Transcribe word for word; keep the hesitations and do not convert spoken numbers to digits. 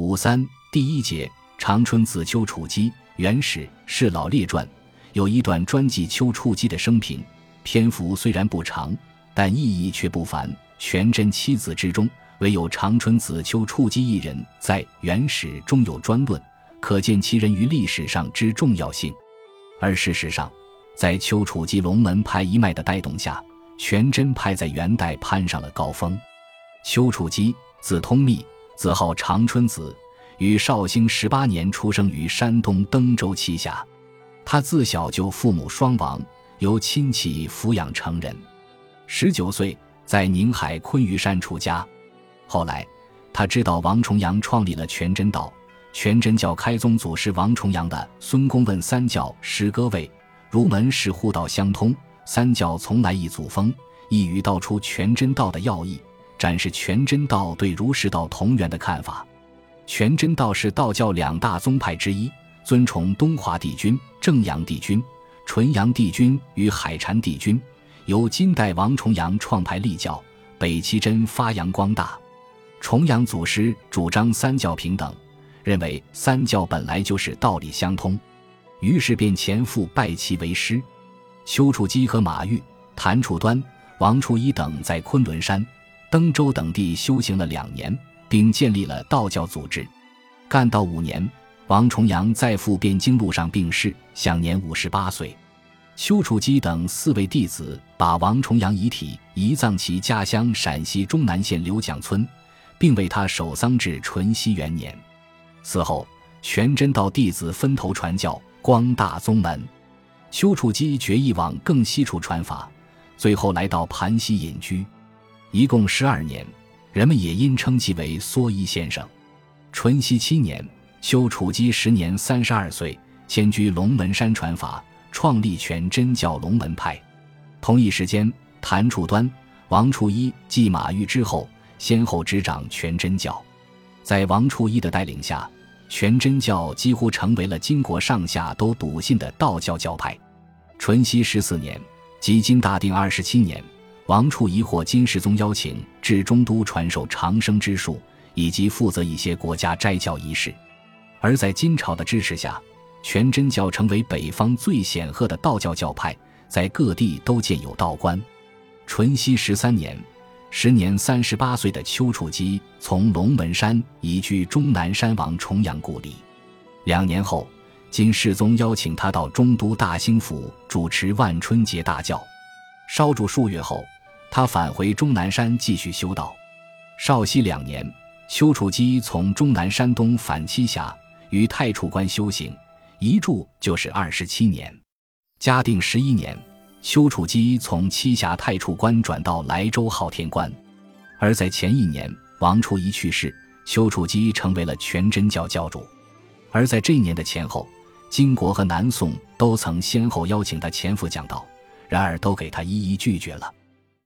五三第一节长春子丘处机原始是老列传，有一段专记丘处机的生平，篇幅虽然不长，但意义却不凡。全真七子之中，唯有长春子丘处机一人在原始中有专论，可见其人于历史上之重要性。而事实上，在丘处机龙门派一脉的带动下，全真派在元代攀上了高峰。丘处机字通密，字号长春子，于绍兴十八年出生于山东登州栖霞。他自小就父母双亡，由亲戚抚养成人。十九岁在宁海昆嵛山出家。后来他知道王重阳创立了全真道，全真教开宗祖师王重阳的《孙公问三教诗歌位，儒门是互道相通，三教从来一祖风，一语道出全真道的要义，展示全真道对儒释道同源的看法。全真道是道教两大宗派之一，尊崇东华帝君、正阳帝君、纯阳帝君与海禅帝君，由金代王重阳创派立教，北齐真发扬光大。重阳祖师主张三教平等，认为三教本来就是道理相通，于是便前赴拜其为师。丘处机和马玉、谭处端、王处一等在昆仑山、登州等地修行了两年，并建立了道教组织。干道五年，王重阳在赴汴京路上病逝，享年五十八岁。丘处机等四位弟子把王重阳遗体移葬其家乡陕西终南县刘蒋村，并为他守丧至淳熙元年。此后，全真道弟子分头传教，光大宗门。丘处机决意往更西处传法，最后来到盘溪隐居，一共十二年，人们也因称其为蓑衣先生。淳熙七年，丘处机时年三十二岁，迁居龙门山传法，创立全真教龙门派。同一时间，谭处端、王处一继马玉之后，先后执掌全真教。在王处一的带领下，全真教几乎成为了金国上下都笃信的道教教派。淳熙十四年，即金大定二十七年，王处一获金世宗邀请至中都传授长生之术，以及负责一些国家斋教仪式。而在金朝的支持下，全真教成为北方最显赫的道教教派，在各地都建有道观。淳熙十三年，时年三十八岁的丘处机从龙门山移居终南山王重阳故里。两年后，金世宗邀请他到中都大兴府主持万春节大教。稍住数月后，他返回终南山继续修道。绍熙两年，丘处机从终南山东返栖霞，于太处关修行，一住就是二十七年。嘉定十一年，丘处机从栖霞太处关转到莱州昊天关。而在前一年，王处一去世，丘处机成为了全真教教主。而在这一年的前后，金国和南宋都曾先后邀请他前赴讲道，然而都给他一一拒绝了。